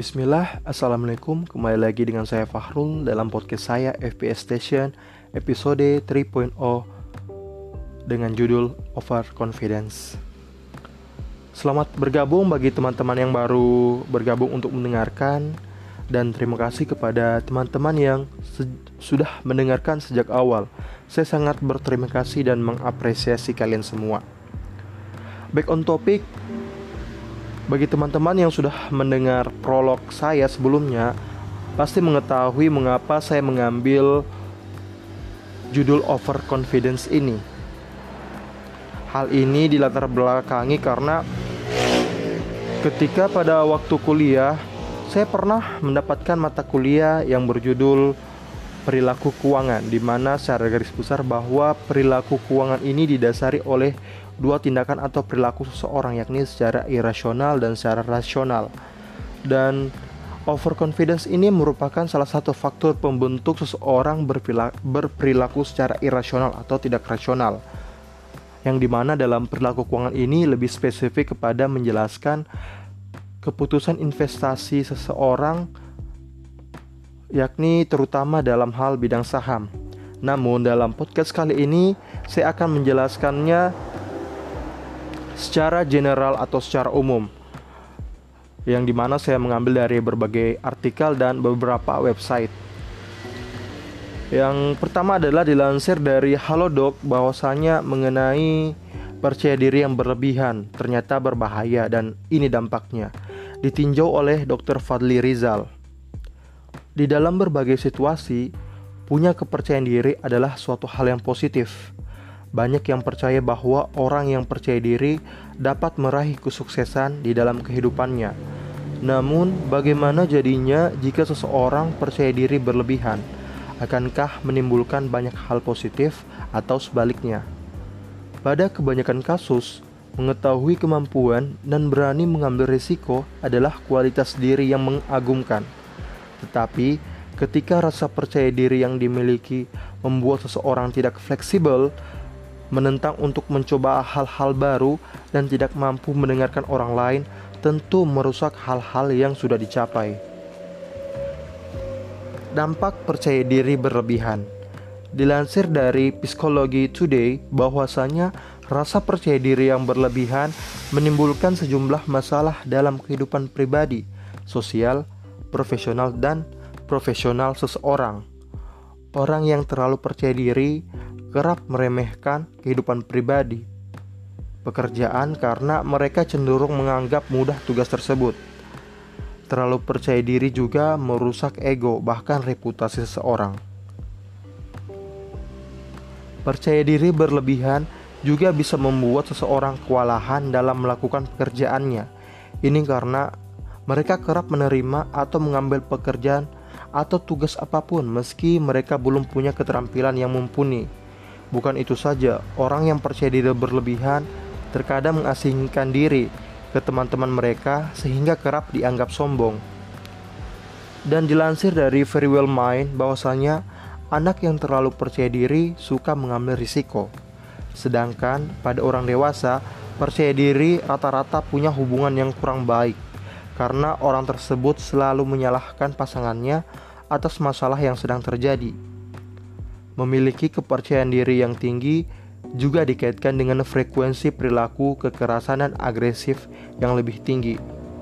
Bismillah, Assalamualaikum. Kembali lagi dengan saya Fahrul dalam podcast saya FPS Station episode 3.0 dengan judul Overconfidence. Selamat bergabung bagi teman-teman yang baru bergabung untuk mendengarkan. Dan terima kasih kepada teman-teman yang sudah mendengarkan sejak awal. Saya sangat berterima kasih dan mengapresiasi kalian semua. Back on topic, bagi teman-teman yang sudah mendengar prolog saya sebelumnya, pasti mengetahui mengapa saya mengambil judul Overconfidence ini. Hal ini dilatar belakangi karena ketika pada waktu kuliah, saya pernah mendapatkan mata kuliah yang berjudul Perilaku Keuangan, di mana secara garis besar bahwa perilaku keuangan ini didasari oleh dua tindakan atau perilaku seseorang, yakni secara irasional dan secara rasional. Dan overconfidence ini merupakan salah satu faktor pembentuk seseorang berperilaku secara irasional atau tidak rasional, yang dimana dalam perilaku keuangan ini lebih spesifik kepada menjelaskan keputusan investasi seseorang, yakni terutama dalam hal bidang saham. Namun dalam podcast kali ini saya akan menjelaskannya secara general atau secara umum, yang dimana saya mengambil dari berbagai artikel dan beberapa website. Yang pertama adalah dilansir dari Halodoc bahwasanya mengenai percaya diri yang berlebihan ternyata berbahaya dan ini dampaknya. Ditinjau oleh Dr. Fadli Rizal. Di dalam berbagai situasi, punya kepercayaan diri adalah suatu hal yang positif. Banyak yang percaya bahwa orang yang percaya diri dapat meraih kesuksesan di dalam kehidupannya. Namun, bagaimana jadinya jika seseorang percaya diri berlebihan? Akankah menimbulkan banyak hal positif atau sebaliknya? Pada kebanyakan kasus, mengetahui kemampuan dan berani mengambil risiko adalah kualitas diri yang mengagumkan. Tetapi, ketika rasa percaya diri yang dimiliki membuat seseorang tidak fleksibel, menentang untuk mencoba hal-hal baru, dan tidak mampu mendengarkan orang lain, tentu merusak hal-hal yang sudah dicapai. Dampak percaya diri berlebihan. Dilansir dari Psikologi Today bahwasanya rasa percaya diri yang berlebihan menimbulkan sejumlah masalah dalam kehidupan pribadi, sosial, profesional, dan profesional seseorang. Orang yang terlalu percaya diri kerap meremehkan kehidupan pribadi, pekerjaan karena mereka cenderung menganggap mudah tugas tersebut. Terlalu percaya diri juga merusak ego, bahkan reputasi seseorang. Percaya diri berlebihan juga bisa membuat seseorang kewalahan dalam melakukan pekerjaannya. Ini karena mereka kerap menerima atau mengambil pekerjaan atau tugas apapun meski mereka belum punya keterampilan yang mumpuni. Bukan itu saja, orang yang percaya diri berlebihan terkadang mengasingkan diri ke teman-teman mereka sehingga kerap dianggap sombong. Dan dilansir dari Very Well Mind bahwasanya anak yang terlalu percaya diri suka mengambil risiko. Sedangkan pada orang dewasa, percaya diri rata-rata punya hubungan yang kurang baik karena orang tersebut selalu menyalahkan pasangannya atas masalah yang sedang terjadi. Memiliki kepercayaan diri yang tinggi juga dikaitkan dengan frekuensi perilaku kekerasan dan agresif yang lebih tinggi.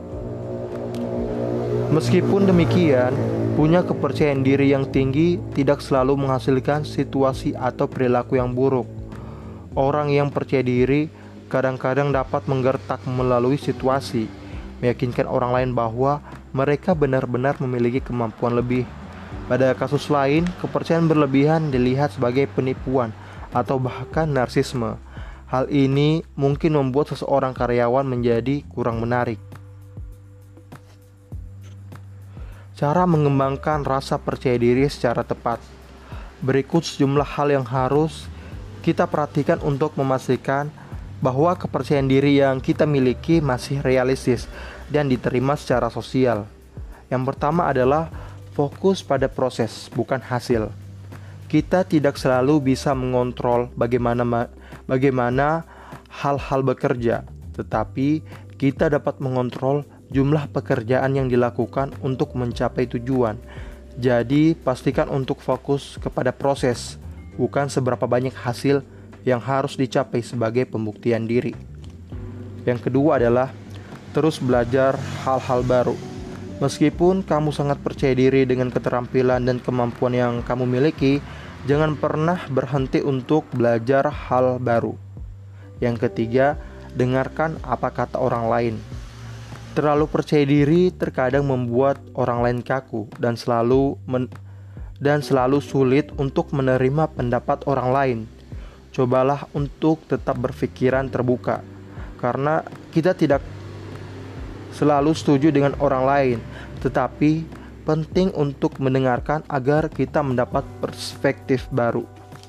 Meskipun demikian, punya kepercayaan diri yang tinggi tidak selalu menghasilkan situasi atau perilaku yang buruk. Orang yang percaya diri kadang-kadang dapat menggertak melalui situasi, meyakinkan orang lain bahwa mereka benar-benar memiliki kemampuan lebih. Pada kasus lain, kepercayaan berlebihan dilihat sebagai penipuan atau bahkan narsisme. Hal ini mungkin membuat seseorang karyawan menjadi kurang menarik. Cara mengembangkan rasa percaya diri secara tepat. Berikut sejumlah hal yang harus kita perhatikan untuk memastikan bahwa kepercayaan diri yang kita miliki masih realistis dan diterima secara sosial. Yang pertama adalah fokus pada proses, bukan hasil. Kita tidak selalu bisa mengontrol bagaimana hal-hal bekerja, tetapi kita dapat mengontrol jumlah pekerjaan yang dilakukan untuk mencapai tujuan. Jadi, pastikan untuk fokus kepada proses, bukan seberapa banyak hasil yang harus dicapai sebagai pembuktian diri. Yang kedua adalah terus belajar hal-hal baru. Meskipun kamu sangat percaya diri dengan keterampilan dan kemampuan yang kamu miliki, jangan pernah berhenti untuk belajar hal baru. Yang ketiga, dengarkan apa kata orang lain. Terlalu percaya diri terkadang membuat orang lain kaku dan selalu sulit untuk menerima pendapat orang lain. Cobalah untuk tetap berpikiran terbuka, karena kita tidak selalu setuju dengan orang lain, tetapi penting untuk mendengarkan agar kita mendapat perspektif baru.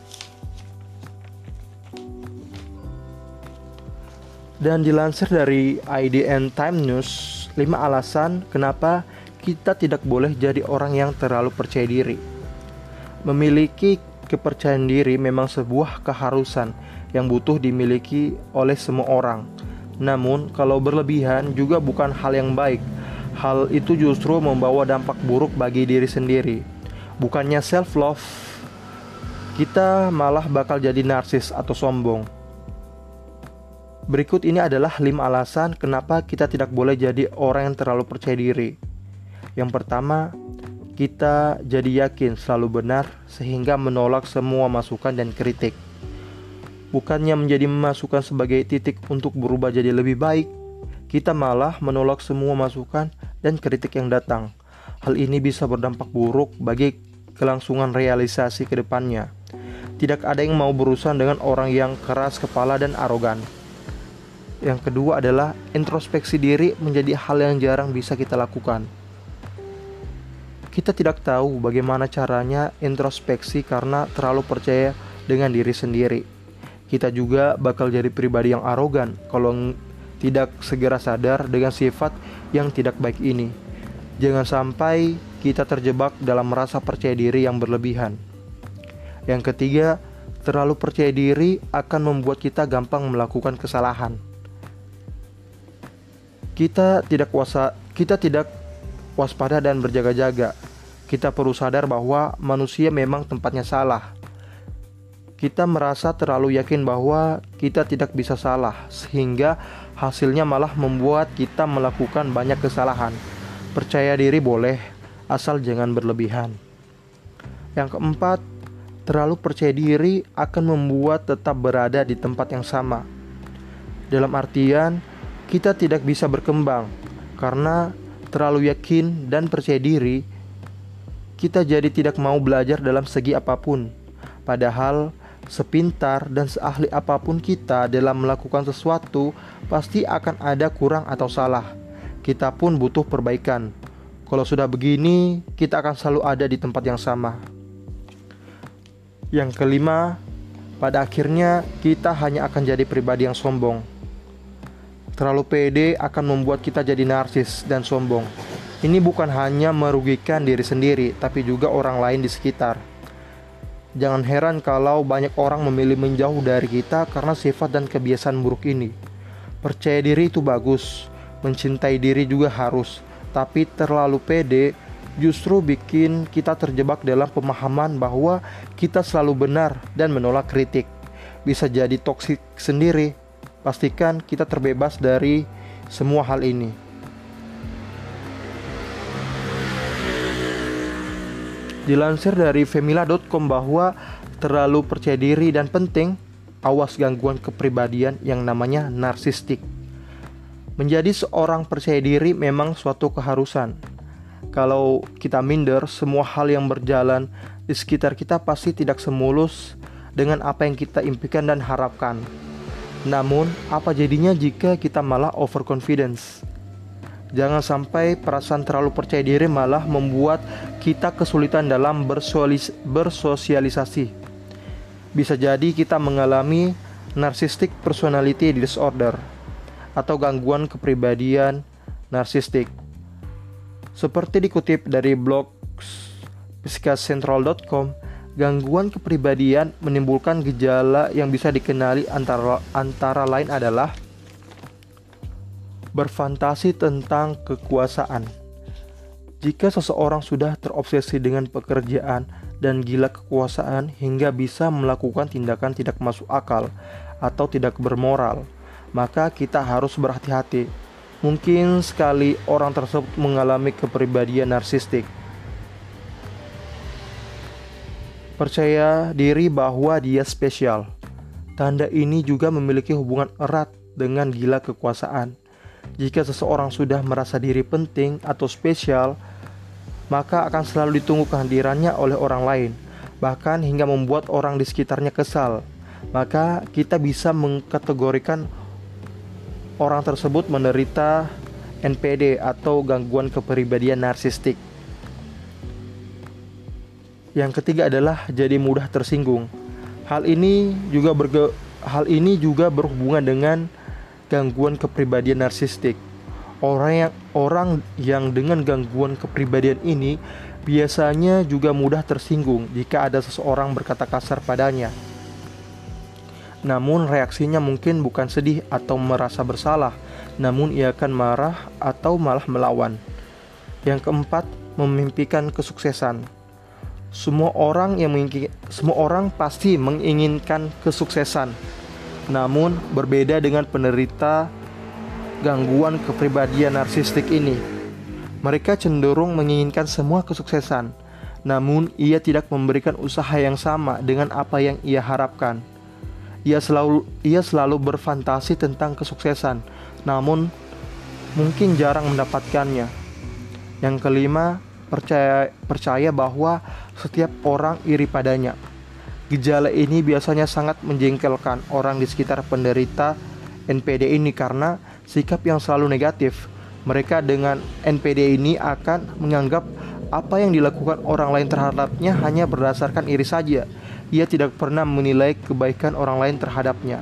Dan dilansir dari IDN Time News, 5 alasan kenapa kita tidak boleh jadi orang yang terlalu percaya diri. Memiliki kepercayaan diri memang sebuah keharusan yang butuh dimiliki oleh semua orang. Namun, kalau berlebihan juga bukan hal yang baik. Hal itu justru membawa dampak buruk bagi diri sendiri. Bukannya self-love, kita malah bakal jadi narsis atau sombong. Berikut ini adalah 5 alasan kenapa kita tidak boleh jadi orang yang terlalu percaya diri. Yang pertama, kita jadi yakin selalu benar sehingga menolak semua masukan dan kritik. Bukannya menjadi masukan sebagai titik untuk berubah jadi lebih baik, kita malah menolak semua masukan dan kritik yang datang. Hal ini bisa berdampak buruk bagi kelangsungan realisasi ke depannya. Tidak ada yang mau berurusan dengan orang yang keras kepala dan arogan. Yang kedua adalah introspeksi diri menjadi hal yang jarang bisa kita lakukan. Kita tidak tahu bagaimana caranya introspeksi karena terlalu percaya dengan diri sendiri. Kita juga bakal jadi pribadi yang arogan kalau tidak segera sadar dengan sifat yang tidak baik ini. Jangan sampai kita terjebak dalam rasa percaya diri yang berlebihan. Yang ketiga, terlalu percaya diri akan membuat kita gampang melakukan kesalahan. Kita tidak waspada dan berjaga-jaga. Kita perlu sadar bahwa manusia memang tempatnya salah. Kita merasa terlalu yakin bahwa kita tidak bisa salah, sehingga hasilnya malah membuat kita melakukan banyak kesalahan. Percaya diri boleh, asal jangan berlebihan. Yang keempat, terlalu percaya diri akan membuat tetap berada di tempat yang sama. Dalam artian, kita tidak bisa berkembang karena terlalu yakin dan percaya diri. Kita jadi tidak mau belajar dalam segi apapun. Padahal sepintar dan seahli apapun kita dalam melakukan sesuatu, pasti akan ada kurang atau salah. Kita pun butuh perbaikan. Kalau sudah begini, kita akan selalu ada di tempat yang sama. Yang kelima, pada akhirnya kita hanya akan jadi pribadi yang sombong. Terlalu pede akan membuat kita jadi narsis dan sombong. Ini bukan hanya merugikan diri sendiri, tapi juga orang lain di sekitar. Jangan heran kalau banyak orang memilih menjauh dari kita karena sifat dan kebiasaan buruk ini. Percaya diri itu bagus, mencintai diri juga harus, tapi terlalu pede justru bikin kita terjebak dalam pemahaman bahwa kita selalu benar dan menolak kritik. Bisa jadi toksik sendiri. Pastikan kita terbebas dari semua hal ini. Dilansir dari femila.com bahwa terlalu percaya diri dan penting, awas gangguan kepribadian yang namanya narsistik. Menjadi seorang percaya diri memang suatu keharusan. Kalau kita minder, semua hal yang berjalan di sekitar kita pasti tidak semulus dengan apa yang kita impikan dan harapkan. Namun, apa jadinya jika kita malah overconfidence? Jangan sampai perasaan terlalu percaya diri malah membuat kita kesulitan dalam bersosialisasi. Bisa jadi kita mengalami narcissistic personality disorder atau gangguan kepribadian narsistik. Seperti dikutip dari blog psikacentral.com, gangguan kepribadian menimbulkan gejala yang bisa dikenali antara lain adalah berfantasi tentang kekuasaan. Jika seseorang sudah terobsesi dengan pekerjaan dan gila kekuasaan hingga bisa melakukan tindakan tidak masuk akal atau tidak bermoral, maka kita harus berhati-hati. Mungkin sekali orang tersebut mengalami kepribadian narsistik. Percaya diri bahwa dia spesial. Tanda ini juga memiliki hubungan erat dengan gila kekuasaan. Jika seseorang sudah merasa diri penting atau spesial, maka akan selalu ditunggu kehadirannya oleh orang lain, bahkan hingga membuat orang di sekitarnya kesal. Maka kita bisa mengkategorikan orang tersebut menderita NPD atau gangguan kepribadian narsistik. Yang ketiga adalah jadi mudah tersinggung. Hal ini juga berhubungan dengan gangguan kepribadian narsistik. Orang yang dengan gangguan kepribadian ini biasanya juga mudah tersinggung jika ada seseorang berkata kasar padanya. Namun reaksinya mungkin bukan sedih atau merasa bersalah, namun ia akan marah atau malah melawan. Yang keempat, memimpikan kesuksesan. Semua orang pasti menginginkan kesuksesan. Namun berbeda dengan penderita gangguan kepribadian narsistik ini. Mereka cenderung menginginkan semua kesuksesan, namun ia tidak memberikan usaha yang sama dengan apa yang ia harapkan. Ia selalu berfantasi tentang kesuksesan, namun mungkin jarang mendapatkannya. Yang kelima, percaya bahwa setiap orang iri padanya. Gejala ini biasanya sangat menjengkelkan orang di sekitar penderita NPD ini karena sikap yang selalu negatif. Mereka dengan NPD ini akan menganggap apa yang dilakukan orang lain terhadapnya hanya berdasarkan iri saja. Ia tidak pernah menilai kebaikan orang lain terhadapnya.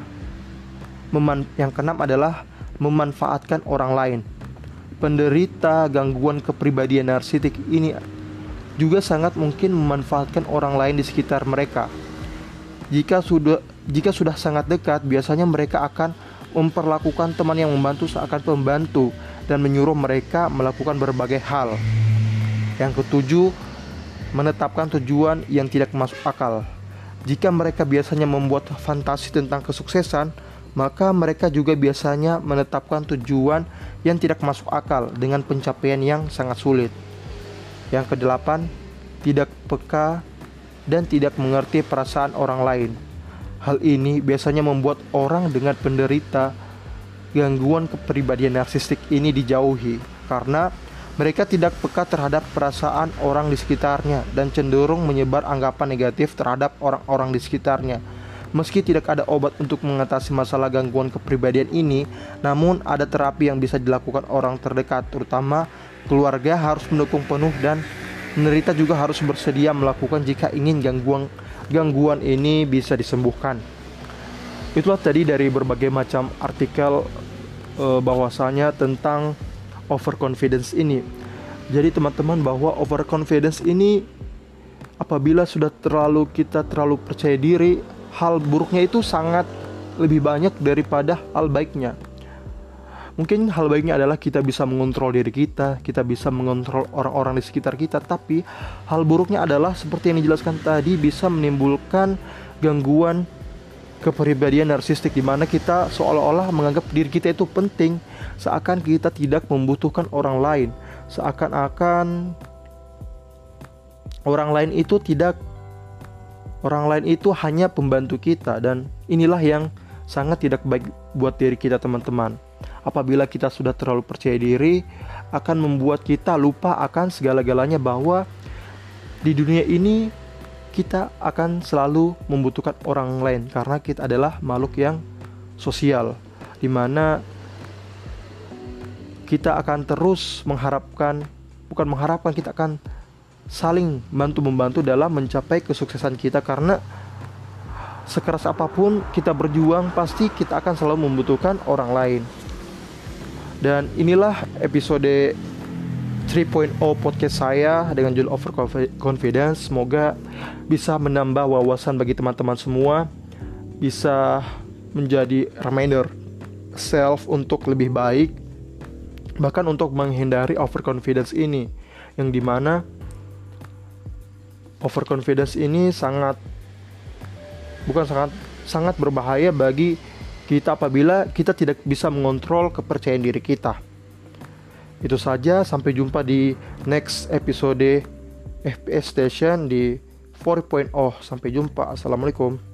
Yang keenam adalah memanfaatkan orang lain. Penderita gangguan kepribadian narsistik ini juga sangat mungkin memanfaatkan orang lain di sekitar mereka. Jika sudah sangat dekat, biasanya mereka akan memperlakukan teman yang membantu seakan pembantu dan menyuruh mereka melakukan berbagai hal. Yang ketujuh, menetapkan tujuan yang tidak masuk akal. Jika mereka biasanya membuat fantasi tentang kesuksesan, maka mereka juga biasanya menetapkan tujuan yang tidak masuk akal dengan pencapaian yang sangat sulit. Yang kedelapan, tidak peka dan tidak mengerti perasaan orang lain. Hal ini biasanya membuat orang dengan penderita gangguan kepribadian narsistik ini dijauhi karena mereka tidak peka terhadap perasaan orang di sekitarnya dan cenderung menyebar anggapan negatif terhadap orang-orang di sekitarnya. Meski tidak ada obat untuk mengatasi masalah gangguan kepribadian ini, namun ada terapi yang bisa dilakukan orang terdekat, terutama keluarga harus mendukung penuh dan penderita juga harus bersedia melakukan jika ingin gangguan ini bisa disembuhkan. Itulah tadi dari berbagai macam artikel bahwasanya tentang overconfidence ini. Jadi teman-teman, bahwa overconfidence ini apabila sudah kita terlalu percaya diri, hal buruknya itu sangat lebih banyak daripada hal baiknya. Mungkin hal baiknya adalah kita bisa mengontrol diri kita bisa mengontrol orang-orang di sekitar kita. Tapi hal buruknya adalah seperti yang dijelaskan tadi, bisa menimbulkan gangguan kepribadian narsistik, di mana kita seolah-olah menganggap diri kita itu penting, seakan kita tidak membutuhkan orang lain, seakan-akan orang lain itu hanya pembantu kita. Dan inilah yang sangat tidak baik buat diri kita, teman-teman. Apabila kita sudah terlalu percaya diri, akan membuat kita lupa akan segala-galanya, bahwa di dunia ini kita akan selalu membutuhkan orang lain karena kita adalah makhluk yang sosial, di mana kita akan terus kita akan saling bantu-membantu dalam mencapai kesuksesan kita. Karena sekeras apapun kita berjuang, pasti kita akan selalu membutuhkan orang lain. Dan inilah episode 3.0 podcast saya dengan judul Overconfidence. Semoga bisa menambah wawasan bagi teman-teman semua, bisa menjadi reminder self untuk lebih baik Bahkan untuk menghindari overconfidence ini, yang dimana overconfidence ini sangat berbahaya bagi kita apabila kita tidak bisa mengontrol kepercayaan diri kita. Itu saja, sampai jumpa di next episode FPS Station di 4.0. Sampai jumpa, assalamualaikum.